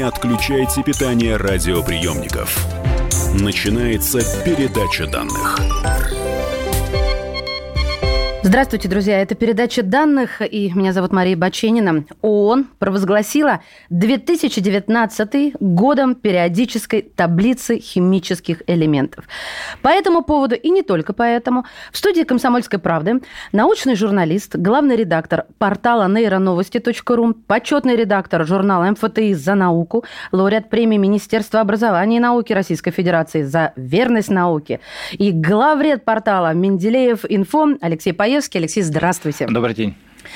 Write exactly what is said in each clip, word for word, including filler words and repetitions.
отключайте питание радиоприемников. Начинается передача данных. Здравствуйте, друзья. Это передача данных, и меня зовут Мария Баченина. ООН провозгласила две тысячи девятнадцатый годом периодической таблицы химических элементов. По этому поводу, и не только по этому, в студии «Комсомольской правды» научный журналист, главный редактор портала нейроновости точка ру, почетный редактор журнала эм эф тэ и «За науку», лауреат премии Министерства образования и науки Российской Федерации за верность науке и главред портала Менделеев Инфо Алексей Паевский. Алексей, здравствуйте. Добрый день.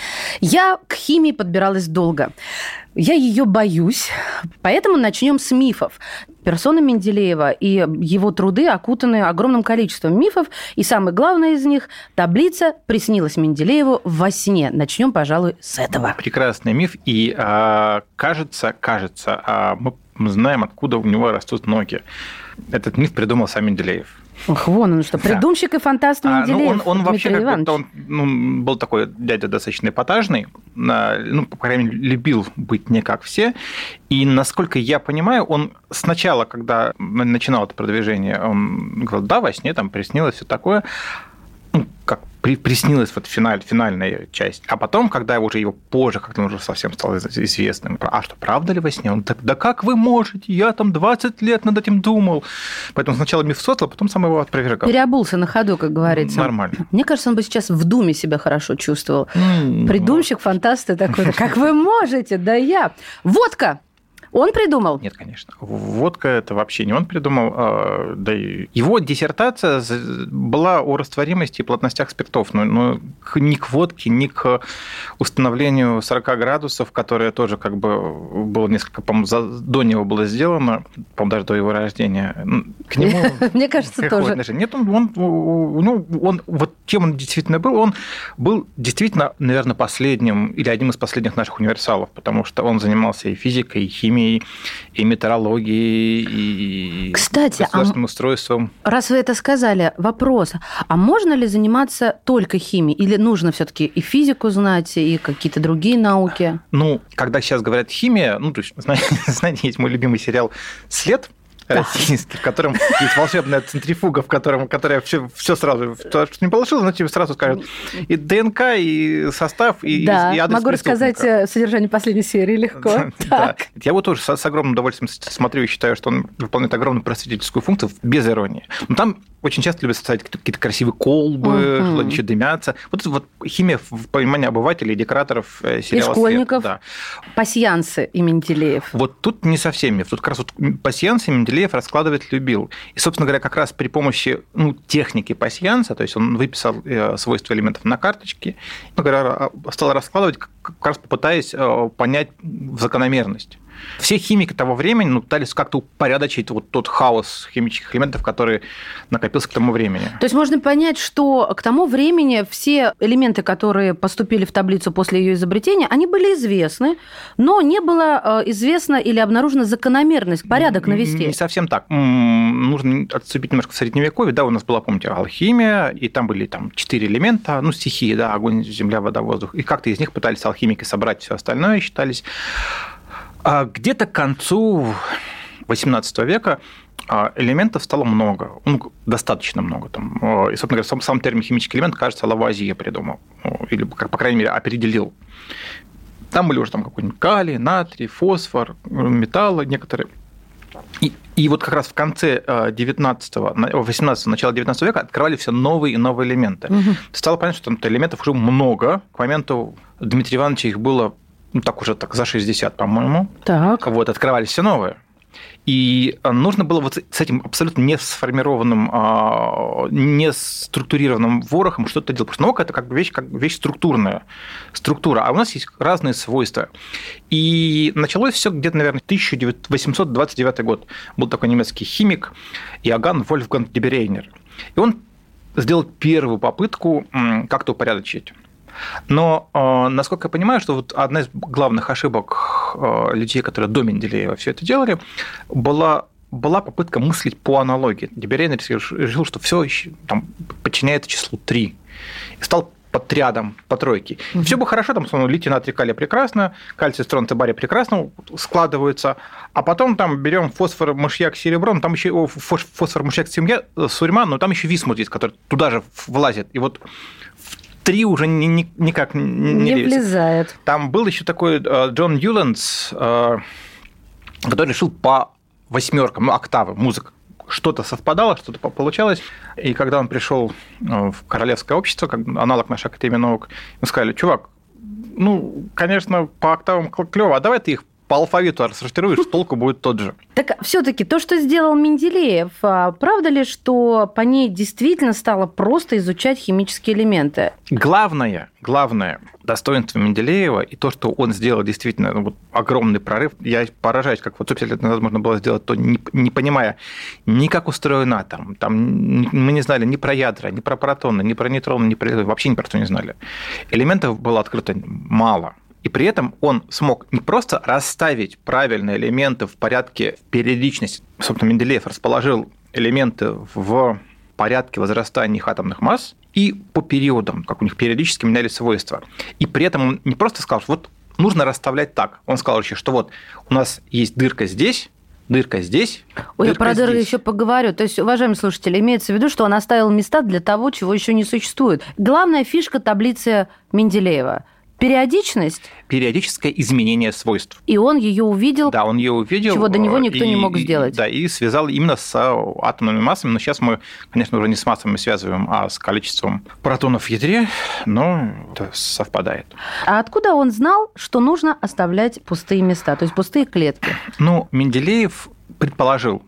Я к химии подбиралась долго. Я ее боюсь, поэтому начнем с мифов. Персона Менделеева и его труды окутаны огромным количеством мифов, и самое главное из них – таблица приснилась Менделееву во сне. Начнем, пожалуй, с этого. Прекрасный миф, и а, кажется, кажется, а, мы знаем, откуда у него растут ноги. Этот миф придумал сам Менделеев. Ох, вон он что, придумщик да. и фантаст Менделеев. А, ну, он он вообще как он, ну, был такой дядя достаточно эпатажный, ну, по крайней мере, любил быть не как все. И, насколько я понимаю, он сначала, когда начинал это продвижение, он говорил, да, во сне там приснилось все такое, ну, как при, приснилась вот финаль, финальная часть. А потом, когда уже его позже, как-то он уже совсем стал известным, а что, правда ли во сне? Он так, да как вы можете? Я там двадцать лет над этим думал. Поэтому сначала миф создал, а потом сам его опровергал. Переобулся на ходу, как говорится. Нормально. Мне кажется, он бы сейчас в Думе себя хорошо чувствовал. Mm, Придумщик, вот. Фантаст и такой. Как вы можете? Да я. Водка! Он придумал? Нет, конечно. Водка – это вообще не он придумал. Да и его диссертация была о растворимости и плотностях спиртов. Но, но ни к водке, ни к установлению сорок градусов, которое тоже как бы было несколько, по-моему, до него было сделано, по-моему, даже до его рождения. К нему Мне кажется, тоже. Нет, он, он, у него, он, вот чем он действительно был, он был действительно, наверное, последним или одним из последних наших универсалов, потому что он занимался и физикой, и химией, и метеорологией, и Кстати, государственным а устройством. Раз вы это сказали, вопрос. А можно ли заниматься только химией? Или нужно все-таки и физику знать, и какие-то другие науки? Ну, когда сейчас говорят химия, ну, то есть, знаете, есть мой любимый сериал «След», российский, в котором есть волшебная центрифуга, в котором, которая все, все сразу, то, что не получилось, но тебе сразу скажут и ДНК, и состав, и, да, и адрес могу рассказать содержание последней серии легко. Да. Я вот тоже с, с огромным удовольствием смотрю и считаю, что он выполняет огромную просветительскую функцию без иронии. Но там очень часто любят ставить какие-то красивые колбы, uh-huh. что еще дымятся. Вот, вот химия в понимании обывателей, декораторов сериала и школьников. Да. Пасьянсы и Менделеев. Вот тут не совсем миф. Тут как раз вот пасьянсы Менделеев раскладывать любил. И, собственно говоря, как раз при помощи ну, техники пасьянса, то есть он выписал свойства элементов на карточке, ну, говоря, стал раскладывать, как раз попытаясь понять закономерность. Все химики того времени ну, пытались как-то упорядочить вот тот хаос химических элементов, который накопился к тому времени. То есть можно понять, что к тому времени все элементы, которые поступили в таблицу после ее изобретения, они были известны, но не было известно или обнаружена закономерность, порядок навести. Не совсем так. Нужно отступить немножко в Средневековье. Да, у нас была, помните, алхимия, и там были там, четыре элемента, ну, стихии, да, огонь, земля, вода, воздух. И как-то из них пытались алхимики собрать все остальное, считались. А где-то к концу восемнадцатого века элементов стало много, ну, достаточно много. Там. И, собственно говоря, сам, сам термин химический элемент, кажется, Лавуазье придумал, или, по крайней мере, определил. Там были уже там, какой-нибудь калий, натрий, фосфор, металлы некоторые. И, и вот как раз в конце девятнадцатого, восемнадцатого, начала девятнадцатого века открывали все новые и новые элементы. Угу. Стало понятно, что там элементов уже много. К моменту Дмитрия Ивановича их было ну, так уже так, за шестьдесят, по-моему. Так. Вот, открывались все новые. И нужно было вот с этим абсолютно не сформированным, не структурированным ворохом что-то делать. Потому что наука – это как бы вещь, как вещь структурная. Структура. А у нас есть разные свойства. И началось все где-то, наверное, тысяча восемьсот двадцать девятый год. Был такой немецкий химик Иоганн Вольфганг Геберейнер. И он сделал первую попытку как-то упорядочить. Но, насколько я понимаю, что вот одна из главных ошибок людей, которые до Менделеева все это делали, была, была попытка мыслить по аналогии. Геберейнер решил, что все там подчиняется числу три. И стал под рядом, по тройке. Mm-hmm. Все бы хорошо, там, условно, литий, натрий, калий прекрасно, кальций, стронций, барий прекрасно складываются, а потом там берем фосфор, мышьяк, серебро, ну, там еще фосфор, мышьяк, сурьма, но там еще висмут есть, который туда же влазит. И вот в три уже ни, ни, никак не, не, не влезает. Там был еще такой Джон Ньюлендс, который решил по восьмеркам, ну, октавы, музыка. Что-то совпадало, что-то получалось. И когда он пришел в Королевское общество, как аналог нашей Академии наук, ему сказали: чувак, ну, конечно, по октавам клево, а давай ты их по алфавиту рассортируешь, толку будет тот же. Так все-таки то, что сделал Менделеев, правда ли, что по ней действительно стало просто изучать химические элементы? Главное, главное достоинство Менделеева и то, что он сделал действительно вот огромный прорыв. Я поражаюсь, как вот сто пятьдесят лет назад можно было сделать то, не, не понимая ни как устроен атом. Там мы не знали ни про ядра, ни про протоны, ни про нейтроны, ни про... вообще ни про что не знали. Элементов было открыто мало. И при этом он смог не просто расставить правильные элементы в порядке периодичности. Собственно, Менделеев расположил элементы в порядке возрастания их атомных масс и по периодам, как у них периодически менялись свойства. И при этом он не просто сказал, что вот нужно расставлять так. Он сказал еще, что вот у нас есть дырка здесь, дырка здесь. Ой, дырка я про дырку здесь. еще поговорю. То есть, уважаемые слушатели, имеется в виду, что он оставил места для того, чего еще не существует. Главная фишка таблицы Менделеева – периодичность. Периодическое изменение свойств. И он ее увидел. Да, он ее увидел. Чего до него никто и, не мог сделать. Да, и связал именно с атомными массами. Но сейчас мы, конечно, уже не с массами связываем, а с количеством протонов в ядре, но это совпадает. А откуда он знал, что нужно оставлять пустые места, то есть пустые клетки? Ну, Менделеев предположил,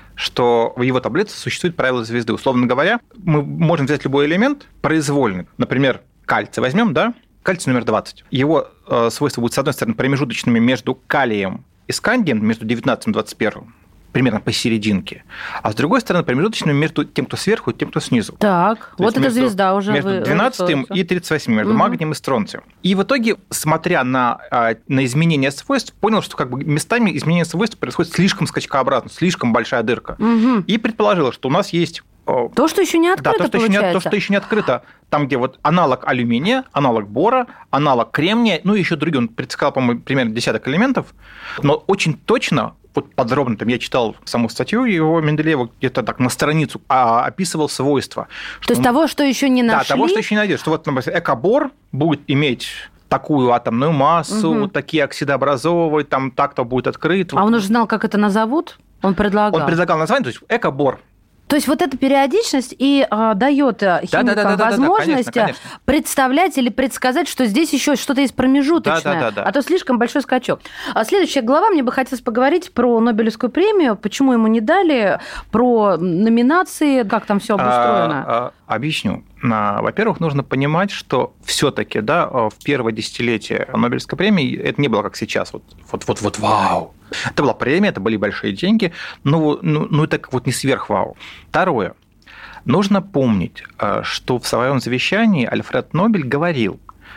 что в его таблице существует правило звезды. Условно говоря, мы можем взять любой элемент произвольный. Например, кальций возьмем, да? Кальций номер двадцать. Его э, свойства будут, с одной стороны, промежуточными между калием и скандием, между девятнадцатым и двадцать первым, примерно посерединке, а с другой стороны, промежуточными между тем, кто сверху, и тем, кто снизу. Так, то вот эта звезда уже между вы... двенадцатым и тридцать восьмым, между угу. магнием и стронцием. И в итоге, смотря на, на изменение свойств, понял, что как бы местами изменение свойств происходит слишком скачкообразно, слишком большая дырка. Угу. И предположил, что у нас есть... То, что еще не открыто, да, то, что получается. еще не, то, что еще не открыто. Там, где вот аналог алюминия, аналог бора, аналог кремния, ну и еще другие. Он предсказал, по-моему, примерно десяток элементов. Но очень точно, вот подробно, там я читал саму статью его Менделеева, где-то так на страницу, а, описывал свойства. То есть он... того, что еще не нашли? Да, того, что еще не найдешь. Что вот, например, экобор будет иметь такую атомную массу, угу. такие оксидообразовывать, там так-то будет открыт. А он уже знал, как это назовут? Он предлагал? Он предлагал название, то есть экобор. То есть вот эта периодичность и а, дает химикам да, да, да, возможность да, да, конечно, конечно. представлять или предсказать, что здесь еще что-то есть промежуточное, да, да, да, да. а то слишком большой скачок. А следующая глава, мне бы хотелось поговорить про Нобелевскую премию, почему ему не дали, про номинации, как там все обустроено. А, а, объясню. Во-первых, нужно понимать, что все-таки да, в первое десятилетие Нобелевской премии это не было как сейчас, вот, вот, вот, вот вау. Это была премия, это были большие деньги, но ну, ну, это вот не сверх-вау. Второе. Нужно помнить, что в своем завещании Альфред Нобель говорил,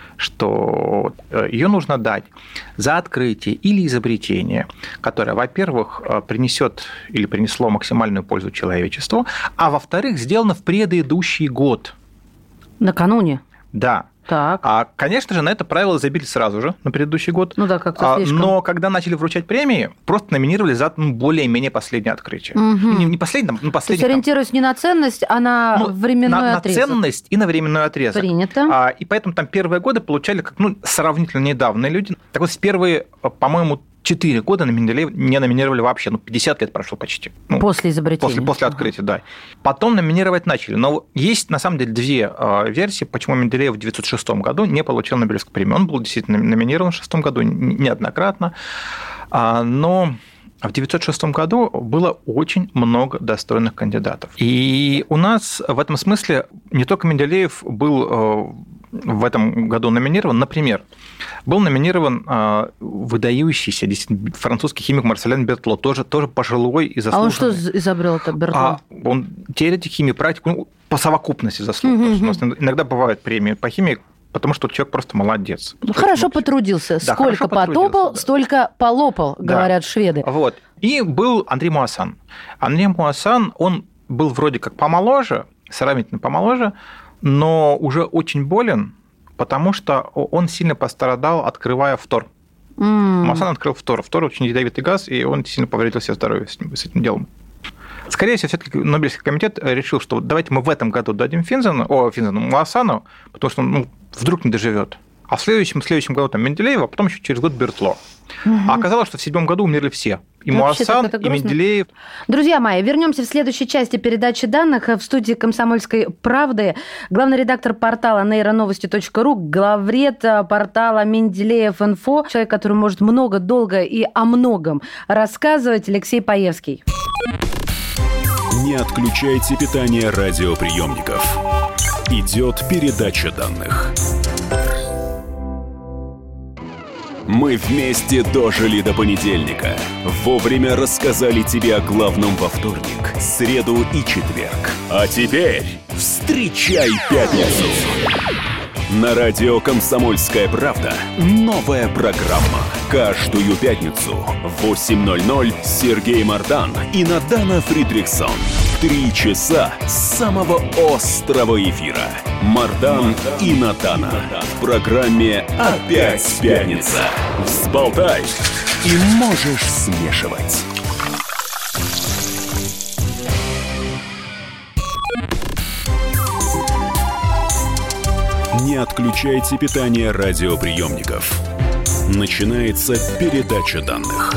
что ее нужно дать за открытие или изобретение, которое, во-первых, принесет или принесло максимальную пользу человечеству, а во-вторых, сделано в предыдущий год. Накануне? Да. Так. А, конечно же, на это правило забили сразу же, на предыдущий год. Ну да, как-то слишком. Но когда начали вручать премии, просто номинировали за ну, более-менее последнее открытие. Угу. Не, не последнее, но последнее. То есть ориентируясь там... не на ценность, а на ну, временной на, отрезок. На ценность и на временной отрезок. Принято. А, и поэтому там первые годы получали как ну, сравнительно недавние люди. Так вот, первые, по-моему, четыре года на Менделеева не номинировали вообще. Ну, пятьдесят лет прошло почти. Ну, после изобретения. После, после открытия, ага. да. Потом номинировать начали. Но есть, на самом деле, две версии, почему Менделеев в девятьсот шестом году не получил Нобелевскую премию. Он был действительно номинирован в шестом году неоднократно. Но в девятьсот шестом году было очень много достойных кандидатов. И у нас в этом смысле не только Менделеев был в этом году номинирован, например, был номинирован выдающийся французский химик Марселен Бертло, тоже, тоже пожилой и заслуженный. А он что изобрел-то, Бертло? А он теоретик химии, практик, ну, по совокупности заслуг. Угу. У нас иногда бывают премии по химии, потому что человек просто молодец. Ну, хорошо потрудился. Да, Сколько хорошо потопал, да. столько полопал, да. говорят шведы. Вот. И был Анри Муассан. Анри Муассан, он был вроде как помоложе, сравнительно помоложе, но уже очень болен, потому что он сильно пострадал, открывая фтор. Mm. Моасан открыл фтор. Фтор очень ядовитый газ, и он сильно повредил себе здоровье с, с этим делом. Скорее всего, все-таки Нобелевский комитет решил, что давайте мы в этом году дадим Финзену, о, Финзену, Моасану, потому что он ну, вдруг не доживет. А в следующем, в следующем году там Менделеева, а потом еще через год Бертло. Угу. А оказалось, что в седьмом году умерли все. И Моасан, и Менделеев. Друзья мои, вернемся в следующей части передачи данных. В студии «Комсомольской правды» главный редактор портала нейроновости точка ру, главред портала Менделеев Инфо, человек, который может много, долго и о многом рассказывать, Алексей Паевский. Не отключайте питание радиоприемников. Идет передача данных. Мы вместе дожили до понедельника. Вовремя рассказали тебе о главном во вторник, среду и четверг. А теперь встречай пятницу. На радио «Комсомольская правда» новая программа. Каждую пятницу в восемь ноль ноль Сергей Мардан и Надана Фридрихсон. Три часа самого острого эфира. Мардан и Надана. В программе «Опять пятница». Взболтай и можешь смешивать. Не отключайте питание радиоприемников. Начинается передача данных.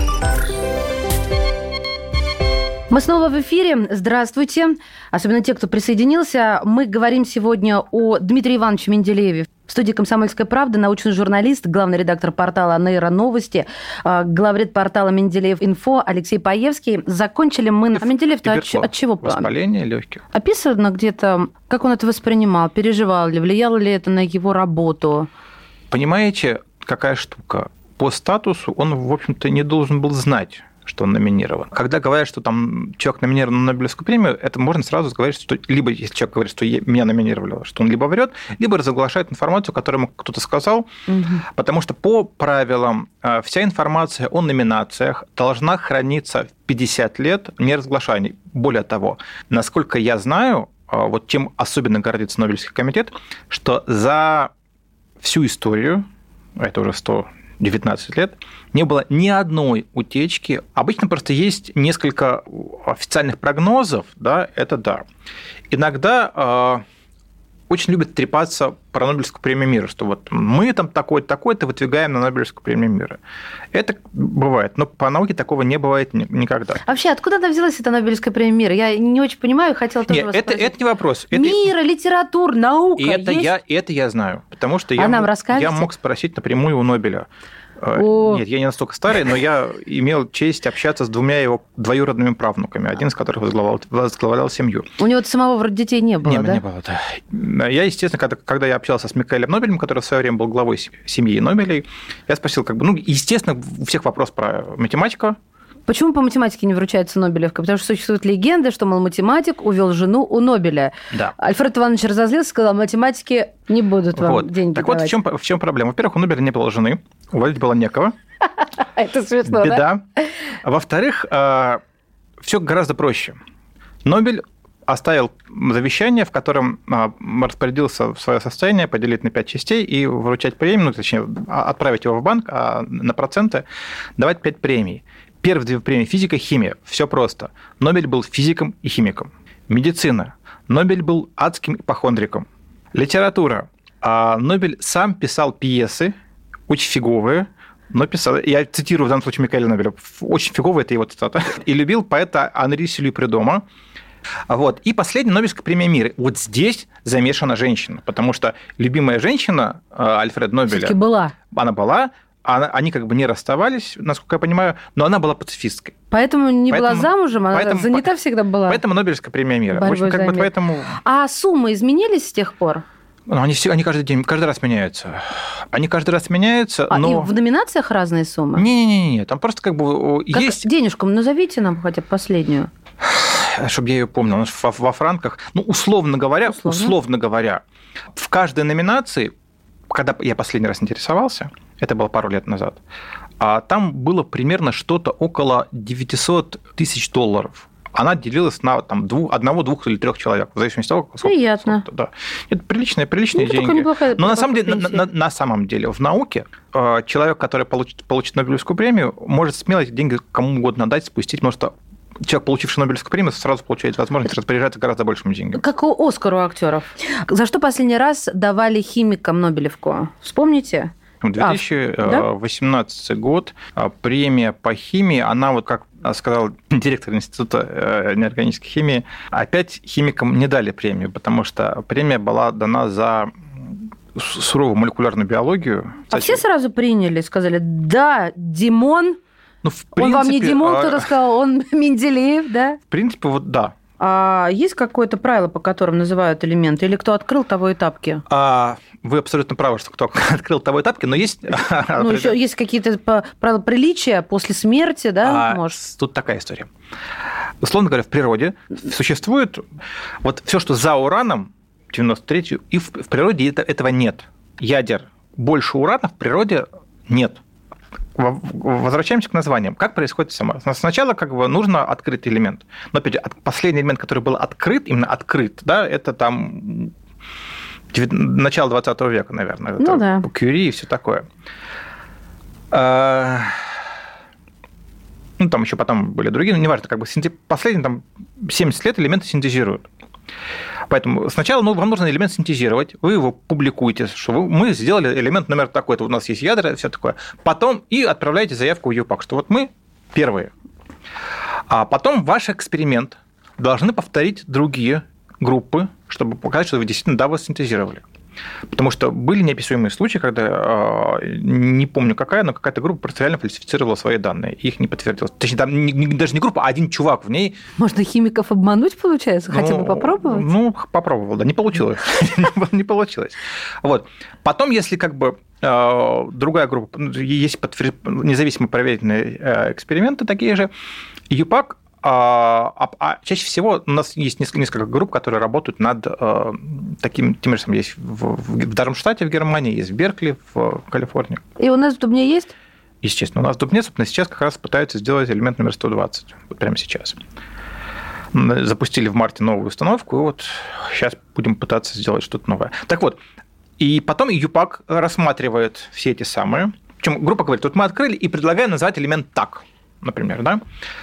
Мы снова в эфире. Здравствуйте. Особенно те, кто присоединился. Мы говорим сегодня о Дмитрии Ивановиче Менделееве. В студии «Комсомольская правда» научный журналист, главный редактор портала «Нейроновости», главред портала «Менделеев Инфо» Алексей Паевский. Закончили мы... А Менделеев-то от, от чего? Воспаление легких. Описано где-то, как он это воспринимал, переживал ли, влияло ли это на его работу? Понимаете, какая штука? По статусу он, в общем-то, не должен был знать, что он номинирован. Когда говорят, что там человек номинирован на Нобелевскую премию, это можно сразу говорить, что либо если человек говорит, что меня номинировали, что он либо врет, либо разглашает информацию, которую ему кто-то сказал, угу. Потому что по правилам вся информация о номинациях должна храниться пятьдесят лет неразглашаемой. Более того, насколько я знаю, вот чем особенно гордится Нобелевский комитет, что за всю историю, это уже сто девятнадцать лет, не было ни одной утечки. Обычно просто есть несколько официальных прогнозов, да, это да. Иногда э, очень любят трепаться про Нобелевскую премию мира, что вот мы там такой-то, такой-то выдвигаем на Нобелевскую премию мира. Это бывает, но по науке такого не бывает никогда. Вообще, откуда она взялась, эта Нобелевская премия мира? Я не очень понимаю, хотела тоже Нет, вас это, это не вопрос. Это... Мира, литература, наука это есть? я, это я знаю, потому что а я, нам мог, расскажете? я мог спросить напрямую у Нобеля. О. Нет, я не настолько старый, но я имел честь общаться с двумя его двоюродными правнуками, один из которых возглавлял, возглавлял семью. У него самого вроде детей не было, не, да? Не было, да. Я, естественно, когда, когда я общался с Микаэлем Нобелем, который в свое время был главой семьи Нобелей, я спросил, как бы, ну, естественно, у всех вопрос про математику. Почему по математике не вручается Нобелевка? Потому что существует легенда, что, мол, математик увел жену у Нобеля. Да. Альфред Иванович разозлился, сказал, математики не будут вам вот. деньги так давать. Вот в чем, в чем проблема? Во-первых, у Нобеля не было жены, уволить было некого. Это смешно, Беда. Да? Во-вторых, все гораздо проще. Нобель оставил завещание, в котором распорядился свое состояние поделить на пять частей и вручать премию, ну, точнее, отправить его в банк, а на проценты давать пять премий. Первые две премии – физика, химия. Все просто. Нобель был физиком и химиком. Медицина. Нобель был адским ипохондриком. Литература. Нобель сам писал пьесы, очень фиговые, но писал, я цитирую в данном случае Микаэля Нобеля, очень фиговая это его цитата, и любил поэта Анри Силью Прюдома. Вот. И последняя Нобелевская премия мира. Вот здесь замешана женщина, потому что любимая женщина Альфреда Нобеля... Все-таки была. Она была, она, они как бы не расставались, насколько я понимаю, но она была пацифисткой. Поэтому не поэтому, была замужем, она поэтому, занята всегда была. Поэтому Нобелевская премия мира. В общем, как бы поэтому... А суммы изменились с тех пор? Ну, они, все, они каждый день, каждый раз меняются. Они каждый раз меняются, а но... и в номинациях разные суммы? Не-не-не, там просто как бы как есть... Денежку назовите нам хотя бы последнюю. Чтобы я ее помнил, во, во франках. Ну, условно говоря, условно? условно говоря, в каждой номинации, когда я последний раз интересовался, это было пару лет назад, там было примерно что-то около девятьсот тысяч долларов. она делилась на там, двух, одного, двух или трех человек, в зависимости от того, сколько... Приятно. Сколько, да. Это приличные, приличные ну, деньги. Неплохая, Но на самом, деле, на, на, на самом деле в науке человек, который получит, получит Нобелевскую премию, может смело эти деньги кому угодно дать, спустить, потому что человек, получивший Нобелевскую премию, сразу получает возможность распоряжаться гораздо большим деньгами. Как у Оскар у актеров. За что последний раз давали химикам Нобелевку? Вспомните? две тысячи восемнадцатый а, да? год, премия по химии, она, вот как сказал директор Института неорганической химии, опять химикам не дали премию, потому что премия была дана за суровую молекулярную биологию. А все сразу приняли, сказали, да, Димон, ну, в принципе, он вам не Димон, а... кто-то сказал, он Менделеев, да? В принципе, вот да. А есть какое-то правило, по которым называют элементы? Или кто открыл, того и тапки? А, вы абсолютно правы, что кто открыл, того и тапки, но есть... Ну, еще есть какие-то правила приличия после смерти, да, а, может? Тут такая история. Условно говоря, в природе существует вот все, что за ураном, девяносто третью, и в, в природе это, этого нет. Ядер больше урана в природе нет. Возвращаемся к названиям. Как происходит само? Сначала как бы нужно открыть элемент. Но опять, последний элемент, который был открыт, именно открыт, да, это там начало двадцатого века, наверное. Ну, это да. Кюри и все такое. Ну, там еще потом были другие, но неважно, как бы последние там, семьдесят лет элементы синтезируют. Поэтому сначала ну, вам нужно элемент синтезировать, вы его публикуете, что вы, мы сделали элемент номер такой-то, у нас есть ядра, все такое. Потом и отправляете заявку в ЮПАК, что вот мы первые. А потом ваш эксперимент должны повторить другие группы, чтобы показать, что вы действительно да, вы синтезировали. Потому что были неописуемые случаи, когда, не помню какая, но какая-то группа просто реально фальсифицировала свои данные, и их не подтвердилось. Точнее, там даже не группа, а один чувак в ней. Можно химиков обмануть, получается? Хотя бы попробовать? Ну, попробовал, да, не получилось. Не получилось. Вот. Потом, если как бы другая группа, есть независимо проверенные эксперименты такие же, ЮПАК. А, а, а чаще всего у нас есть несколько, несколько групп, которые работают над э, таким, тем же самым есть в, в, в Дармштадте в Германии, есть в Беркли в Калифорнии. И у нас в Дубне есть? Естественно, у нас в Дубне, собственно, сейчас как раз пытаются сделать элемент номер сто двадцать, вот прямо сейчас. Запустили в марте новую установку, и вот сейчас будем пытаться сделать что-то новое. Так вот, и потом ЮПАК рассматривает все эти самые, причем группа говорит, вот мы открыли и предлагаем назвать элемент так, например, да.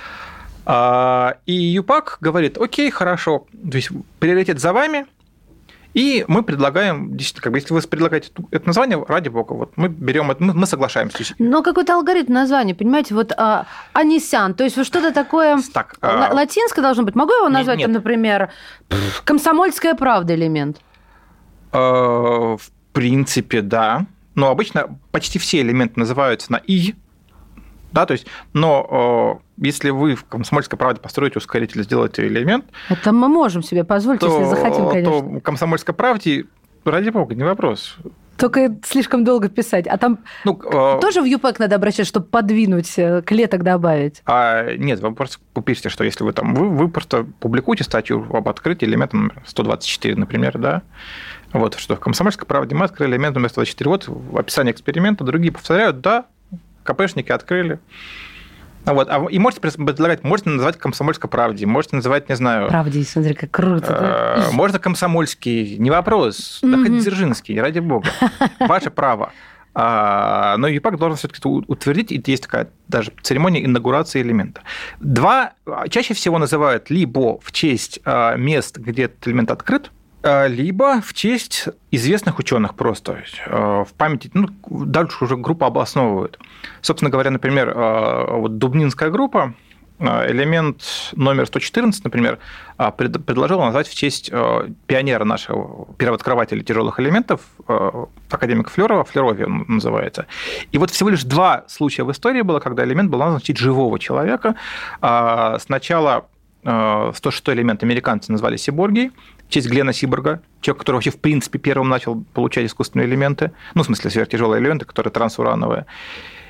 И ЮПАК говорит, окей, хорошо, то есть приоритет за вами, и мы предлагаем, действительно, как бы, если вы предлагаете это название, ради бога, вот мы берем это, мы соглашаемся. Но какой-то алгоритм названия, понимаете, вот а, Анисян, то есть вот что-то такое так, а... латинское должно быть. Могу его назвать, нет, там, например, «Комсомольская правда» элемент? В принципе, да, но обычно почти все элементы называются на «и», да, то есть, но э, если вы в «Комсомольской правде» построите ускоритель, сделаете элемент... Это мы можем себе позволить, то, если захотим, конечно. То в «Комсомольской правде», ради бога, не вопрос. Только слишком долго писать. А там ну, э... тоже в ЮПАК надо обращаться, чтобы подвинуть, клеток добавить? А, нет, вы просто пишете, что если вы там... Вы, вы просто публикуете статью об открытии элемента номер сто двадцать четыре, например, да? Вот, что в «Комсомольской правде» мы открыли элемент номер сто двадцать четыре. Вот в описании эксперимента другие повторяют, да, КПшники открыли. Вот. И можете предлагать, можете называть «Комсомольской правде», можете называть, не знаю... Правде, смотри, как круто. Да? Можно «Комсомольский», не вопрос. Да хоть Дзержинский, ради бога. Ваше право. Но ЮПАК должен все-таки утвердить, и есть такая даже церемония инаугурации элемента. Два чаще всего называют либо в честь мест, где этот элемент открыт, либо в честь известных ученых просто, в памяти, ну, дальше уже группа обосновывает. Собственно говоря, например, вот Дубнинская группа, элемент номер сто четырнадцать, например, предложила назвать в честь пионера нашего, первооткрывателя тяжелых элементов, академика Флёрова, Флёрове он называется. И вот всего лишь два случая в истории было, когда элемент был назван в честь живого человека. Сначала сто шестой элемент американцы назвали Сиборгий, в честь Глена Сиборга, человек, который вообще в принципе первым начал получать искусственные элементы, ну, в смысле, сверхтяжелые элементы, которые трансурановые.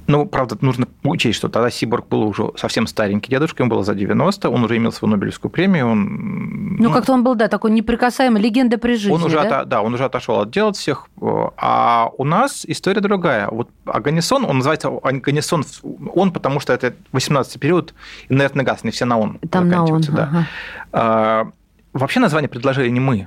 Ну, правда, нужно учесть, что тогда Сиборг был уже совсем старенький дедушка, ему было за девяносто, он уже имел свою Нобелевскую премию. Он, ну, ну, как-то он был, да, такой неприкасаемый, легенда при жизни, он уже да? От, да, он уже отошел от дел от всех. А у нас история другая. Вот Оганесон, он называется Оганесон, он, потому что это восемнадцатый период, инертный газ, не все на он. Там на он, да. Ага. А, вообще название предложили не мы,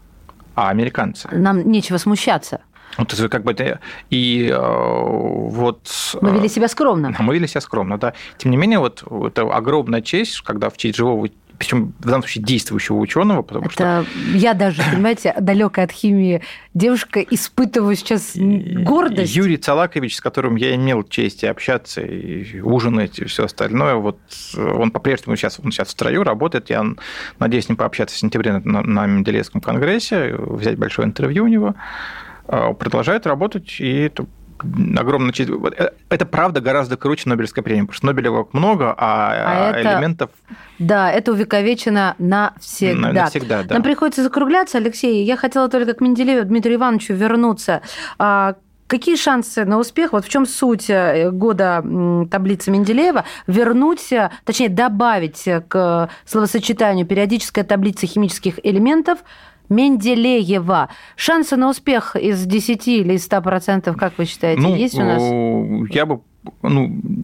а американцы. Нам нечего смущаться. Вот, как бы, и вот... Мы вели себя скромно. Мы вели себя скромно, да. Тем не менее, вот это огромная честь, когда в честь живого, причем в данном случае действующего ученого, потому это что... Я даже, понимаете, далекая от химии девушка, испытываю сейчас гордость. Юрий Цалакович, с которым я имел честь и общаться, и ужинать, и все остальное, вот он по-прежнему сейчас, он сейчас в строю работает, я надеюсь с ним пообщаться в сентябре на, на Менделеевском конгрессе, взять большое интервью у него. Продолжает работать, и это огромная честь. Это, правда, гораздо круче Нобелевской премии, потому что Нобелевок много, а, а элементов... Это, да, это увековечено навсегда. Навсегда, да. Нам приходится закругляться, Алексей. Я хотела только к Менделееву Дмитрию Ивановичу вернуться. Какие шансы на успех? Вот в чем суть года таблицы Менделеева? Вернуть, точнее, добавить к словосочетанию периодическая таблица химических элементов Менделеева. Шансы на успех из десяти или из ста процентов, как вы считаете, ну, есть у нас? Я бы ну,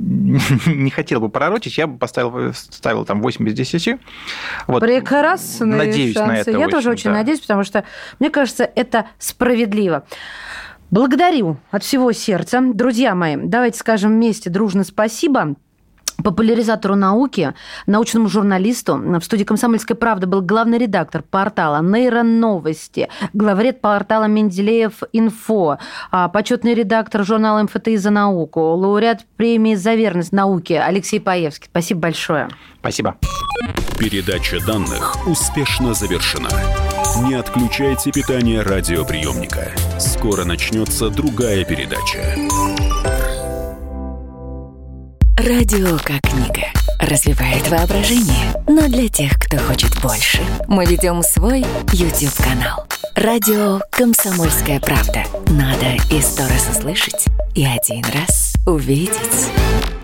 не хотел бы пророчить, я бы поставил, ставил там восемь из десяти. Вот. Прекрасные надеюсь шансы. на это я очень, тоже очень да. надеюсь, потому что, мне кажется, это справедливо. Благодарю от всего сердца. Друзья мои, давайте скажем вместе дружно спасибо. Популяризатору науки, научному журналисту. В студии «Комсомольской правды» был главный редактор портала «Нейроновости», главред портала «Менделеев Инфо», почетный редактор журнала эм эф тэ и за науку, лауреат премии «За верность науке» Алексей Паевский. Спасибо большое. Спасибо. Передача данных успешно завершена. Не отключайте питание радиоприемника. Скоро начнется другая передача. Радио как книга. Развивает воображение. Но для тех, кто хочет больше, мы ведем свой YouTube-канал. Радио «Комсомольская правда». Надо и сто раз услышать, и один раз увидеть.